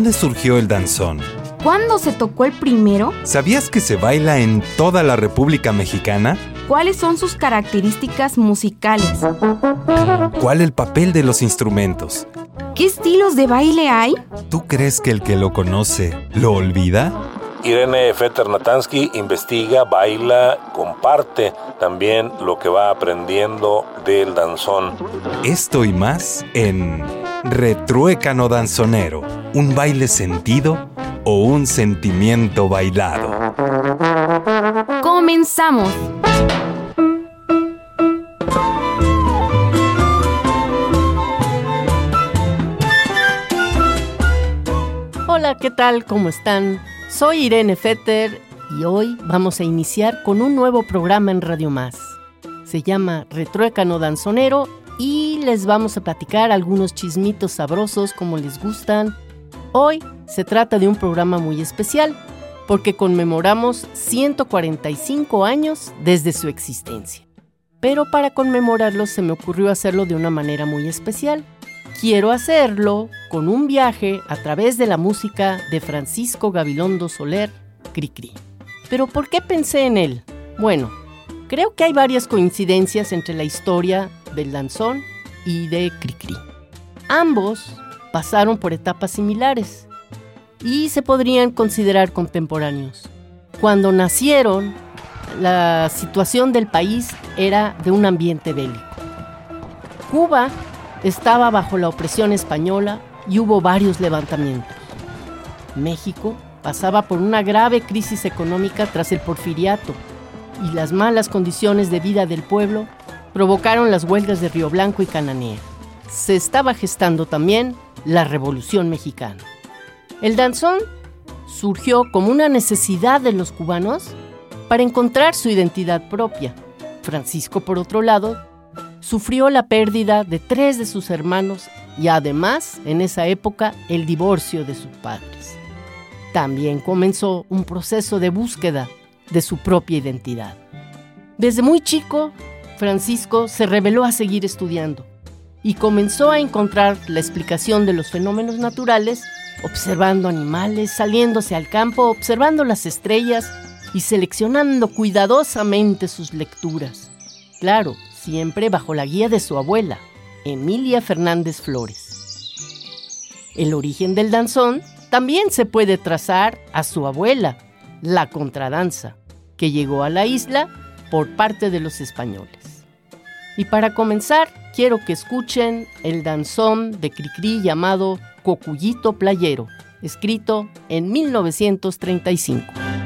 ¿Dónde surgió el danzón? ¿Cuándo se tocó el primero? ¿Sabías que se baila en toda la República Mexicana? ¿Cuáles son sus características musicales? ¿Cuál el papel de los instrumentos? ¿Qué estilos de baile hay? ¿Tú crees que el que lo conoce lo olvida? Irene Fetter-Natansky investiga, baila, comparte también lo que va aprendiendo del danzón. Esto y más en Retruécano Danzonero, un baile sentido o un sentimiento bailado. ¡Comenzamos! Hola, ¿qué tal? ¿Cómo están? Soy Irene Fetter y hoy vamos a iniciar con un nuevo programa en Radio Más. Se llama Retruécano Danzonero y les vamos a platicar algunos chismitos sabrosos como les gustan. Hoy se trata de un programa muy especial porque conmemoramos 145 años desde su existencia. Pero para conmemorarlo se me ocurrió hacerlo de una manera muy especial. Quiero hacerlo con un viaje a través de la música de Francisco Gabilondo Soler, Cricri. ¿Pero por qué pensé en él? Bueno, creo que hay varias coincidencias entre la historia del danzón y de Cricri. Ambos pasaron por etapas similares y se podrían considerar contemporáneos. Cuando nacieron, la situación del país era de un ambiente bélico. Cuba estaba bajo la opresión española y hubo varios levantamientos. México pasaba por una grave crisis económica tras el Porfiriato y las malas condiciones de vida del pueblo provocaron las huelgas de Río Blanco y Cananea. Se estaba gestando también la Revolución Mexicana. El danzón surgió como una necesidad de los cubanos para encontrar su identidad propia. Francisco, por otro lado, sufrió la pérdida de 3 de sus hermanos y además, en esa época, el divorcio de sus padres. También comenzó un proceso de búsqueda de su propia identidad. Desde muy chico, Francisco se reveló a seguir estudiando y comenzó a encontrar la explicación de los fenómenos naturales observando animales, saliéndose al campo, observando las estrellas y seleccionando cuidadosamente sus lecturas. Claro, siempre bajo la guía de su abuela, Emilia Fernández Flores. El origen del danzón también se puede trazar a su abuela, la contradanza, que llegó a la isla por parte de los españoles. Y para comenzar, quiero que escuchen el danzón de Cricri llamado Cocuyito Playero, escrito en 1935.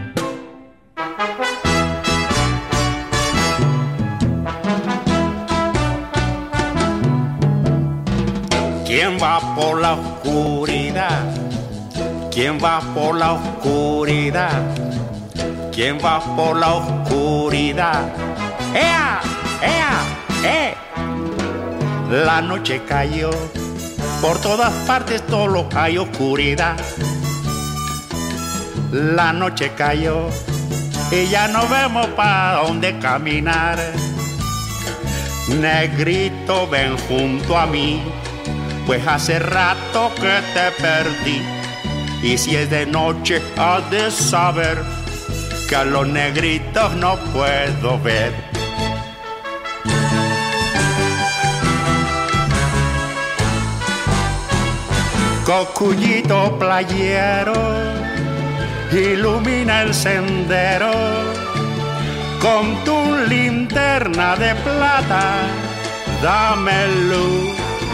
¿Quién va por la oscuridad? ¿Quién va por la oscuridad? ¿Quién va por la oscuridad? ¡Ea! ¡Ea! ¡Eh! La noche cayó, por todas partes solo hay oscuridad. La noche cayó y ya no vemos para dónde caminar. Negrito, ven junto a mí, pues hace rato que te perdí. Y si es de noche has de saber que a los negritos no puedo ver. Cocuyito playero, ilumina el sendero con tu linterna de plata, dame luz.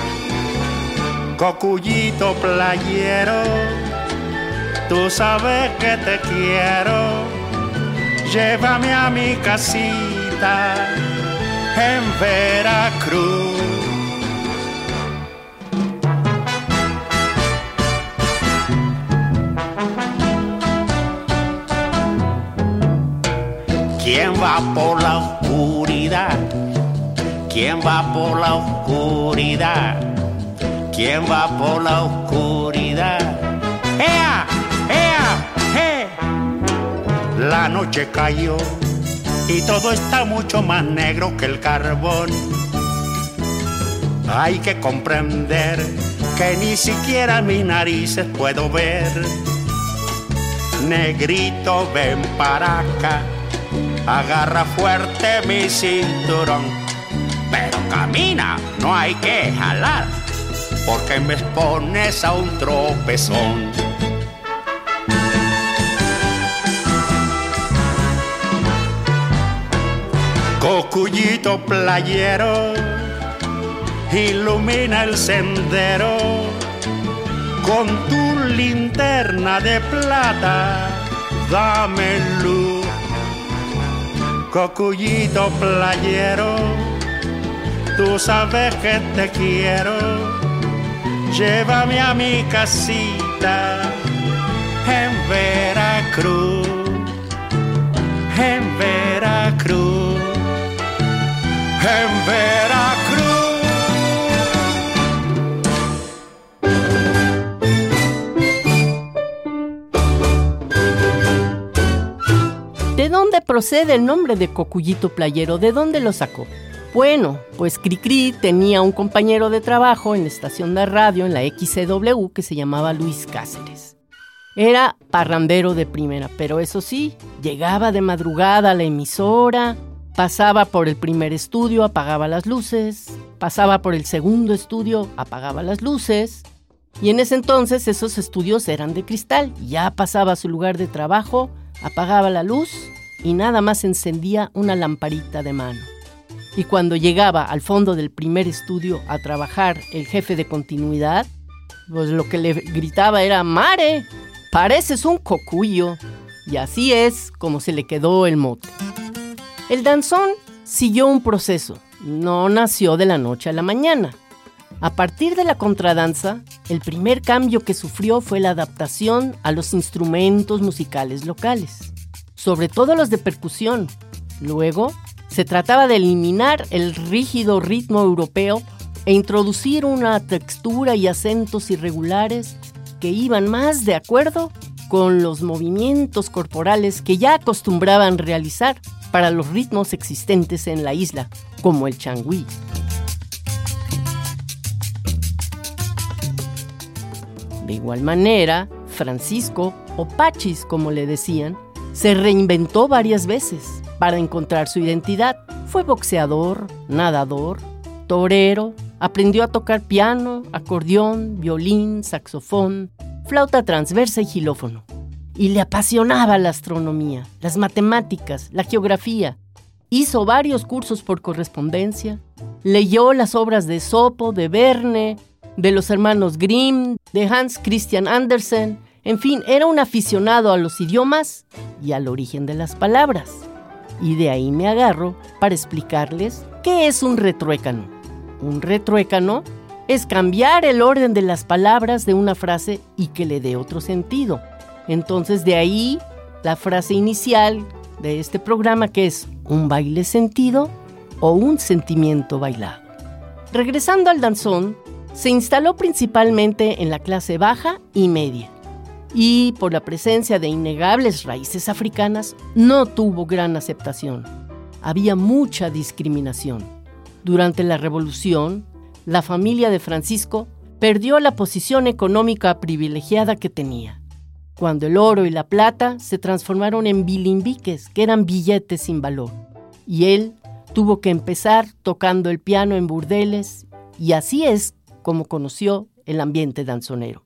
Cocuyito playero, tú sabes que te quiero, llévame a mi casita en Veracruz. ¿Quién va por la oscuridad? ¿Quién va por la oscuridad? ¿Quién va por la oscuridad? ¡Ea! ¡Ea! ¡Eh! La noche cayó y todo está mucho más negro que el carbón. Hay que comprender que ni siquiera mis narices puedo ver. Negrito, ven para acá, agarra fuerte mi cinturón, pero camina, no hay que jalar, porque me expones a un tropezón. Cocuyito playero, ilumina el sendero con tu linterna de plata, dame luz. Cocuyito playero, tú sabes que te quiero, llévame a mi casita en Veracruz, en Veracruz, en Veracruz. ¿De dónde procede el nombre de Cocuyito Playero? ¿De dónde lo sacó? Bueno, pues Cricri tenía un compañero de trabajo en la estación de radio en la XCW que se llamaba Luis Cáceres. Era parrandero de primera, pero eso sí, llegaba de madrugada a la emisora, pasaba por el primer estudio, apagaba las luces, pasaba por el segundo estudio, apagaba las luces, y en ese entonces esos estudios eran de cristal. Ya pasaba a su lugar de trabajo, apagaba la luz y nada más encendía una lamparita de mano. Y cuando llegaba al fondo del primer estudio a trabajar el jefe de continuidad, pues lo que le gritaba era: ¡Mare! ¡Pareces un cocuyo! Y así es como se le quedó el mote. El danzón siguió un proceso, no nació de la noche a la mañana. A partir de la contradanza, el primer cambio que sufrió fue la adaptación a los instrumentos musicales locales, sobre todo los de percusión. Luego, se trataba de eliminar el rígido ritmo europeo e introducir una textura y acentos irregulares que iban más de acuerdo con los movimientos corporales que ya acostumbraban realizar para los ritmos existentes en la isla, como el changüí. De igual manera, Francisco, o Pachis como le decían, se reinventó varias veces para encontrar su identidad. Fue boxeador, nadador, torero, aprendió a tocar piano, acordeón, violín, saxofón, flauta transversa y xilófono. Y le apasionaba la astronomía, las matemáticas, la geografía. Hizo varios cursos por correspondencia, leyó las obras de Esopo, de Verne, de los hermanos Grimm, de Hans Christian Andersen. En fin, era un aficionado a los idiomas y al origen de las palabras. Y de ahí me agarro para explicarles qué es un retruécano. Un retruécano es cambiar el orden de las palabras de una frase y que le dé otro sentido. Entonces de ahí la frase inicial de este programa, que es un baile sentido o un sentimiento bailado. Regresando al danzón, se instaló principalmente en la clase baja y media, y por la presencia de innegables raíces africanas no tuvo gran aceptación. Había mucha discriminación. Durante la Revolución, la familia de Francisco perdió la posición económica privilegiada que tenía, cuando el oro y la plata se transformaron en bilimbiques, que eran billetes sin valor, y él tuvo que empezar tocando el piano en burdeles, y así es como conoció el ambiente danzonero.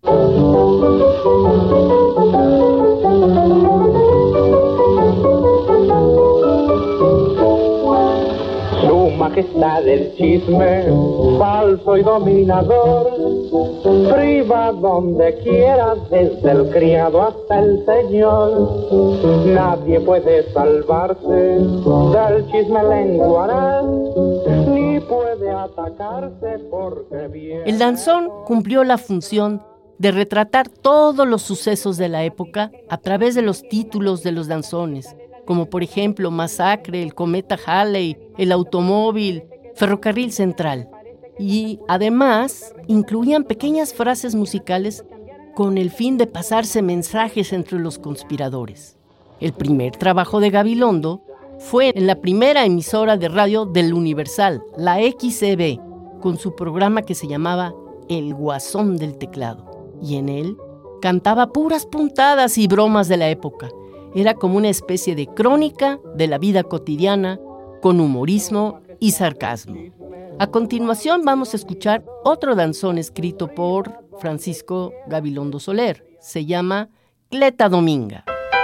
Su majestad el chisme, falso y dominador, priva donde quiera, desde el criado hasta el señor. Nadie puede salvarse del chisme lenguaraz, ni puede atacarse porque bien. El danzón cumplió la función de retratar todos los sucesos de la época a través de los títulos de los danzones, como por ejemplo Masacre, el cometa Halley, el automóvil, Ferrocarril Central. Y además incluían pequeñas frases musicales con el fin de pasarse mensajes entre los conspiradores. El primer trabajo de Gabilondo fue en la primera emisora de radio del Universal, la XCB, con su programa que se llamaba El Guasón del Teclado, y en él cantaba puras puntadas y bromas de la época. Era como una especie de crónica de la vida cotidiana, con humorismo y sarcasmo. A continuación vamos a escuchar otro danzón escrito por Francisco Gabilondo Soler. Se llama Cleta Dominga.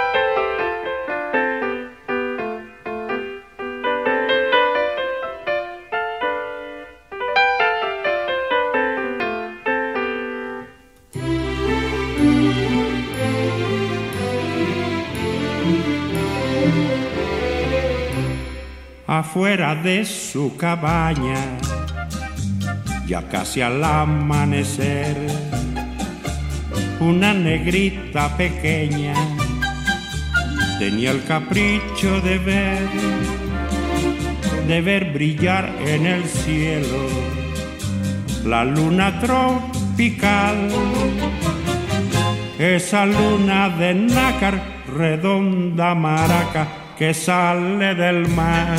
Afuera de su cabaña, ya casi al amanecer, una negrita pequeña tenía el capricho de ver brillar en el cielo la luna tropical, esa luna de nácar, redonda maraca, que sale del mar.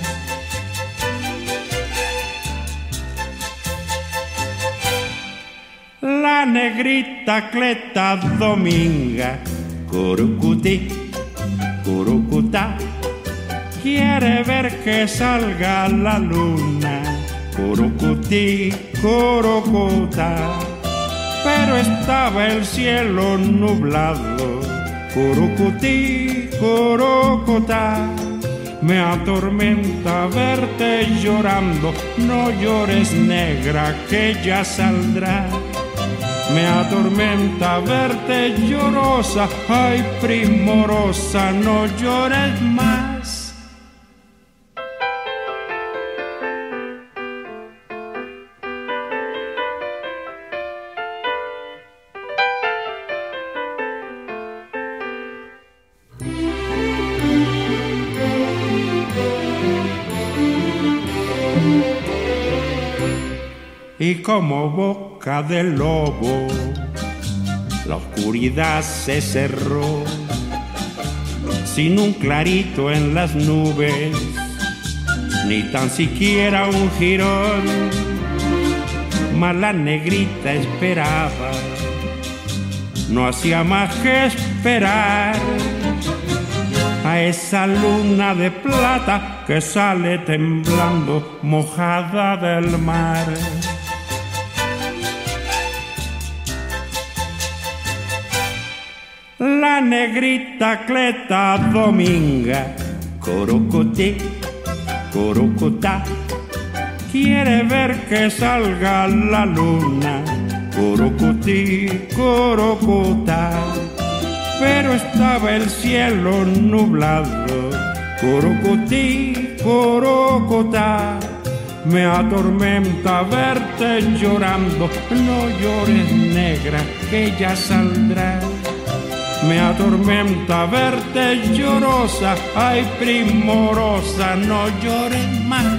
La negrita Cleta Dominga, curucutí, curucutá, quiere ver que salga la luna, curucutí, curucutá, pero estaba el cielo nublado, curucutí, curucutá, me atormenta verte llorando, no llores negra que ya saldrá. Me atormenta verte llorosa, ay primorosa, no llores más. Y como boca de lobo, la oscuridad se cerró, sin un clarito en las nubes, ni tan siquiera un jirón. Mas la negrita esperaba, no hacía más que esperar a esa luna de plata que sale temblando, mojada del mar. La negrita Cleta Dominga, curucutí, curucutá, quiere ver que salga la luna, curucutí, curucutá, pero estaba el cielo nublado, curucutí, curucutá, me atormenta verte llorando, no llores negra que ya saldrá. Me atormenta verte llorosa, ay primorosa, no llores más.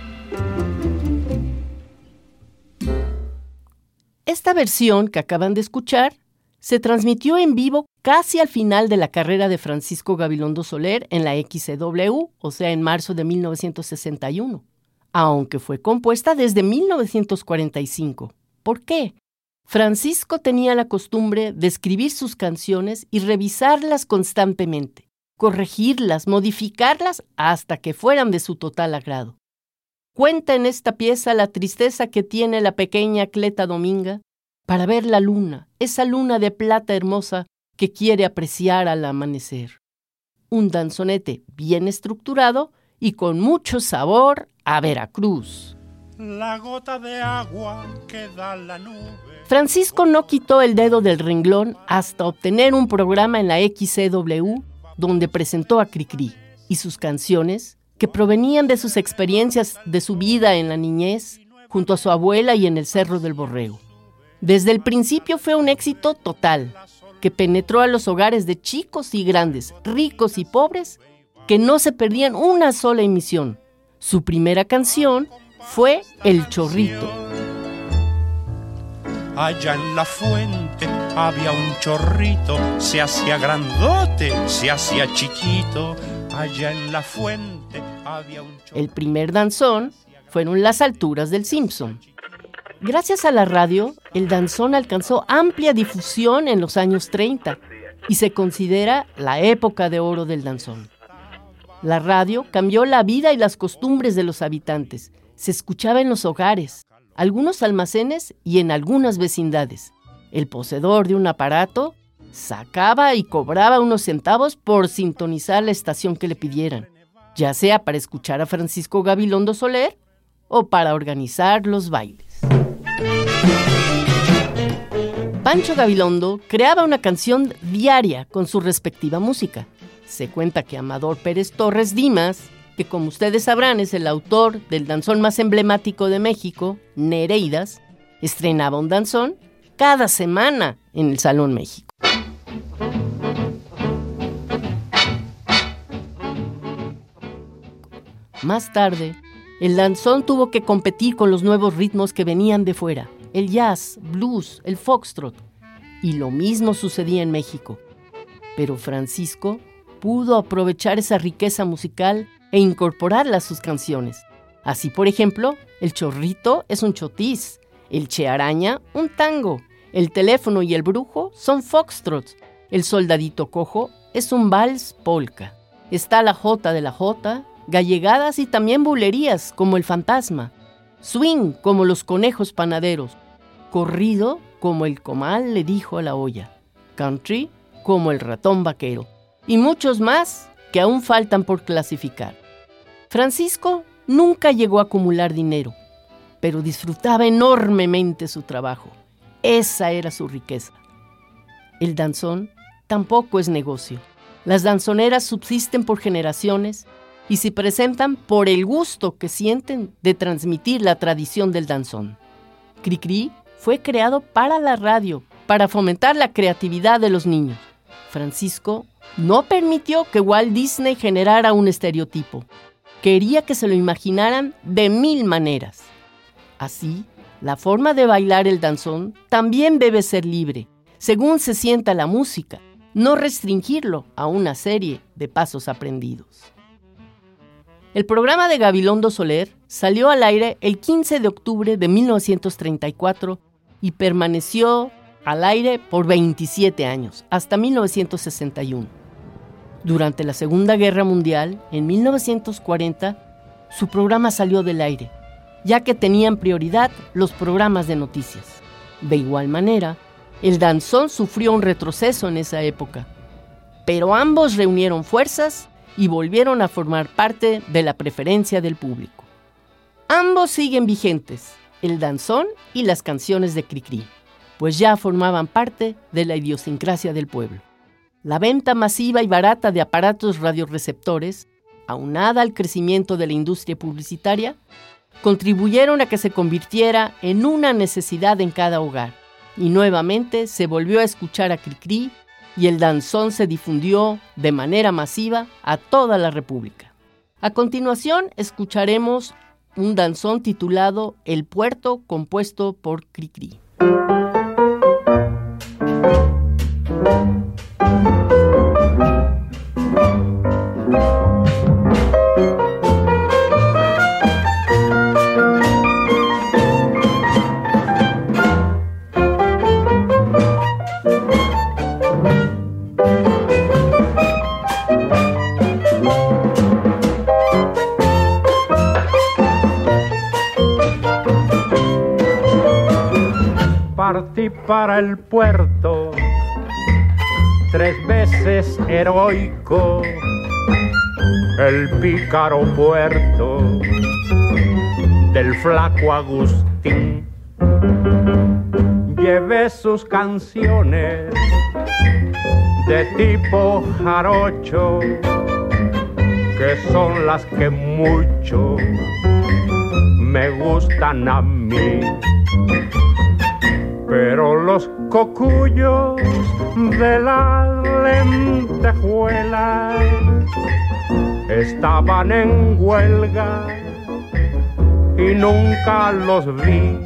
Esta versión que acaban de escuchar se transmitió en vivo casi al final de la carrera de Francisco Gabilondo Soler en la XCW, o sea, en marzo de 1961, aunque fue compuesta desde 1945. ¿Por qué? Francisco tenía la costumbre de escribir sus canciones y revisarlas constantemente, corregirlas, modificarlas hasta que fueran de su total agrado. Cuenta en esta pieza la tristeza que tiene la pequeña Cleta Dominga para ver la luna, esa luna de plata hermosa que quiere apreciar al amanecer. Un danzonete bien estructurado y con mucho sabor a Veracruz. La gota de agua que da la nube. Francisco no quitó el dedo del renglón hasta obtener un programa en la XCW donde presentó a Cricri y sus canciones, que provenían de sus experiencias de su vida en la niñez, junto a su abuela y en el Cerro del Borrego. Desde el principio fue un éxito total, que penetró a los hogares de chicos y grandes, ricos y pobres, que no se perdían una sola emisión. Su primera canción fue El Chorrito. Allá en la fuente había un chorrito, se hacía grandote, se hacía chiquito. Allá en la fuente había un chorrito. El primer danzón fueron Las Alturas del Simpson. Gracias a la radio, el danzón alcanzó amplia difusión en los años 30 y se considera la época de oro del danzón. La radio cambió la vida y las costumbres de los habitantes. Se escuchaba en los hogares, algunos almacenes y en algunas vecindades. El poseedor de un aparato sacaba y cobraba unos centavos por sintonizar la estación que le pidieran, ya sea para escuchar a Francisco Gabilondo Soler o para organizar los bailes. Pancho Gabilondo creaba una canción diaria con su respectiva música. Se cuenta que Amador Pérez Torres Dimas, que como ustedes sabrán es el autor del danzón más emblemático de México, Nereidas, estrenaba un danzón cada semana en el Salón México. Más tarde, el danzón tuvo que competir con los nuevos ritmos que venían de fuera, el jazz, blues, el foxtrot, y lo mismo sucedía en México. Pero Francisco pudo aprovechar esa riqueza musical e incorporarla a sus canciones. Así, por ejemplo, el chorrito es un chotis, el che araña un tango, el teléfono y el brujo son foxtrots, el soldadito cojo es un vals polka. Está la jota de la jota, gallegadas y también bulerías como el fantasma, swing como los conejos panaderos, corrido como el comal le dijo a la olla, country como el ratón vaquero y muchos más que aún faltan por clasificar. Francisco nunca llegó a acumular dinero, pero disfrutaba enormemente su trabajo. Esa era su riqueza. El danzón tampoco es negocio. Las danzoneras subsisten por generaciones y se presentan por el gusto que sienten de transmitir la tradición del danzón. Cricri fue creado para la radio, para fomentar la creatividad de los niños. Francisco no permitió que Walt Disney generara un estereotipo. Quería que se lo imaginaran de 1000 maneras. Así, la forma de bailar el danzón también debe ser libre, según se sienta la música, no restringirlo a una serie de pasos aprendidos. El programa de Gabilondo Soler salió al aire el 15 de octubre de 1934 y permaneció al aire por 27 años, hasta 1961. Durante la Segunda Guerra Mundial, en 1940, su programa salió del aire, ya que tenían prioridad los programas de noticias. De igual manera, el danzón sufrió un retroceso en esa época, pero ambos reunieron fuerzas y volvieron a formar parte de la preferencia del público. Ambos siguen vigentes, el danzón y las canciones de Cricri, pues ya formaban parte de la idiosincrasia del pueblo. La venta masiva y barata de aparatos radioreceptores, aunada al crecimiento de la industria publicitaria, contribuyeron a que se convirtiera en una necesidad en cada hogar, y nuevamente se volvió a escuchar a Cricri y el danzón se difundió de manera masiva a toda la República. A continuación escucharemos un danzón titulado El Puerto, compuesto por Cricri. Partí para el puerto, 3 veces heroico, el pícaro puerto del flaco Agustín. Llevé sus canciones de tipo jarocho, que son las que mucho me gustan a mí. Pero los cocuyos de la lentejuela estaban en huelga y nunca los vi.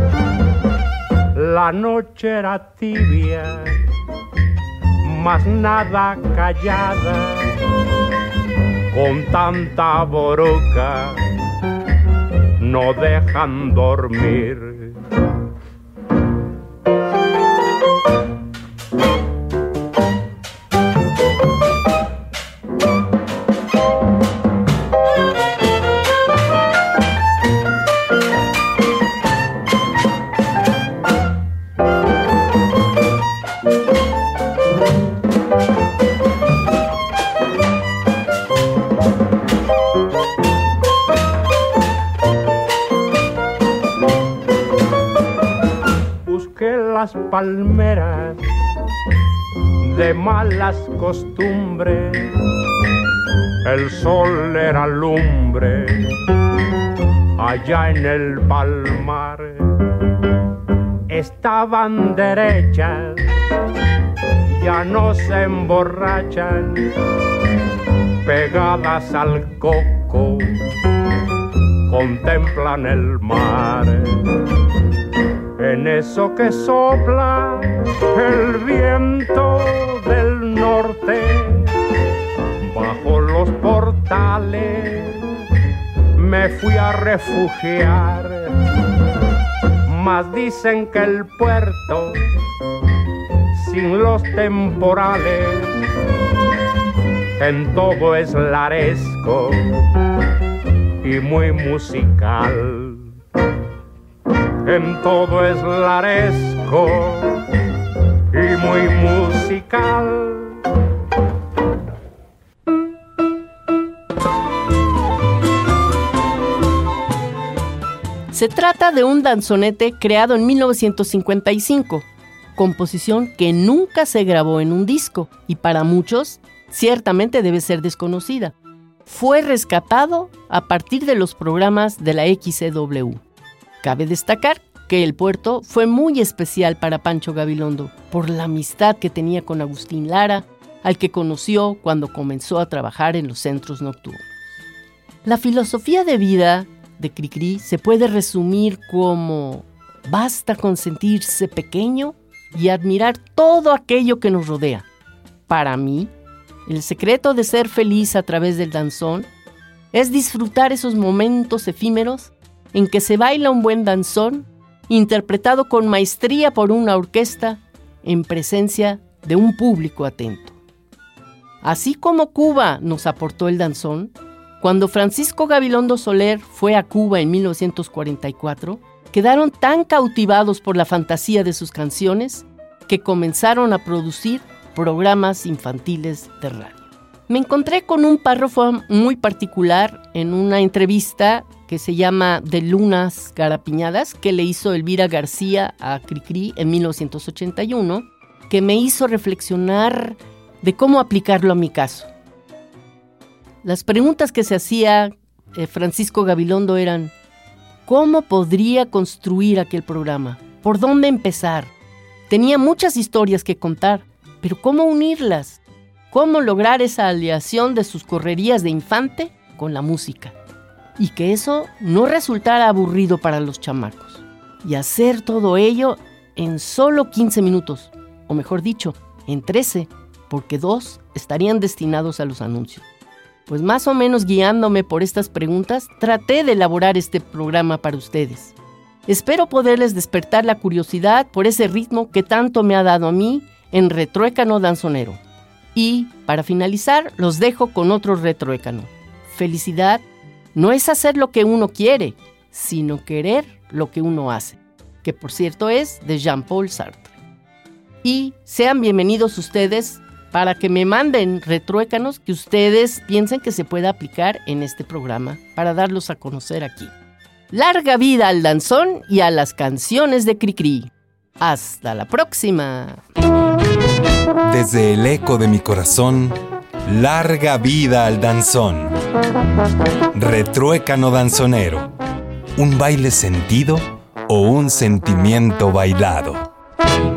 La noche era tibia, mas nada callada, con tanta boruca no dejan dormir. veras de malas costumbres. El sol era lumbre allá en el palmar. Estaban derechas, ya no se emborrachan, pegadas al coco, contemplan el mar. En eso que sopla el viento del norte, bajo los portales me fui a refugiar. Mas dicen que el puerto, sin los temporales, en todo es laresco y muy musical. En todo es laresco y muy musical. Se trata de un danzonete creado en 1955, composición que nunca se grabó en un disco y para muchos ciertamente debe ser desconocida. Fue rescatado a partir de los programas de la XCW. Cabe destacar que el puerto fue muy especial para Pancho Gabilondo por la amistad que tenía con Agustín Lara, al que conoció cuando comenzó a trabajar en los centros nocturnos. La filosofía de vida de Cricri se puede resumir como: basta con sentirse pequeño y admirar todo aquello que nos rodea. Para mí, el secreto de ser feliz a través del danzón es disfrutar esos momentos efímeros en que se baila un buen danzón, interpretado con maestría por una orquesta, en presencia de un público atento. Así como Cuba nos aportó el danzón, cuando Francisco Gabilondo Soler fue a Cuba en 1944, quedaron tan cautivados por la fantasía de sus canciones que comenzaron a producir programas infantiles de radio. Me encontré con un párrafo muy particular en una entrevista que se llama De Lunas Garapiñadas, que le hizo Elvira García a Cricri en 1981, que me hizo reflexionar de cómo aplicarlo a mi caso. Las preguntas que se hacía Francisco Gabilondo eran: ¿cómo podría construir aquel programa? ¿Por dónde empezar? Tenía muchas historias que contar, pero ¿cómo unirlas? ¿Cómo lograr esa aliación de sus correrías de infante con la música? Y que eso no resultara aburrido para los chamacos. Y hacer todo ello en solo 15 minutos, o mejor dicho, en 13, porque 2 estarían destinados a los anuncios. Pues más o menos guiándome por estas preguntas, traté de elaborar este programa para ustedes. Espero poderles despertar la curiosidad por ese ritmo que tanto me ha dado a mí en Retruécano Danzonero. Y, para finalizar, los dejo con otro retruécano. Felicidad no es hacer lo que uno quiere, sino querer lo que uno hace, que por cierto es de Jean-Paul Sartre. Y sean bienvenidos ustedes para que me manden retruécanos que ustedes piensen que se pueda aplicar en este programa para darlos a conocer aquí. Larga vida al danzón y a las canciones de Cricri. ¡Hasta la próxima! Desde el eco de mi corazón, larga vida al danzón. Retruécano danzonero. ¿Un baile sentido o un sentimiento bailado?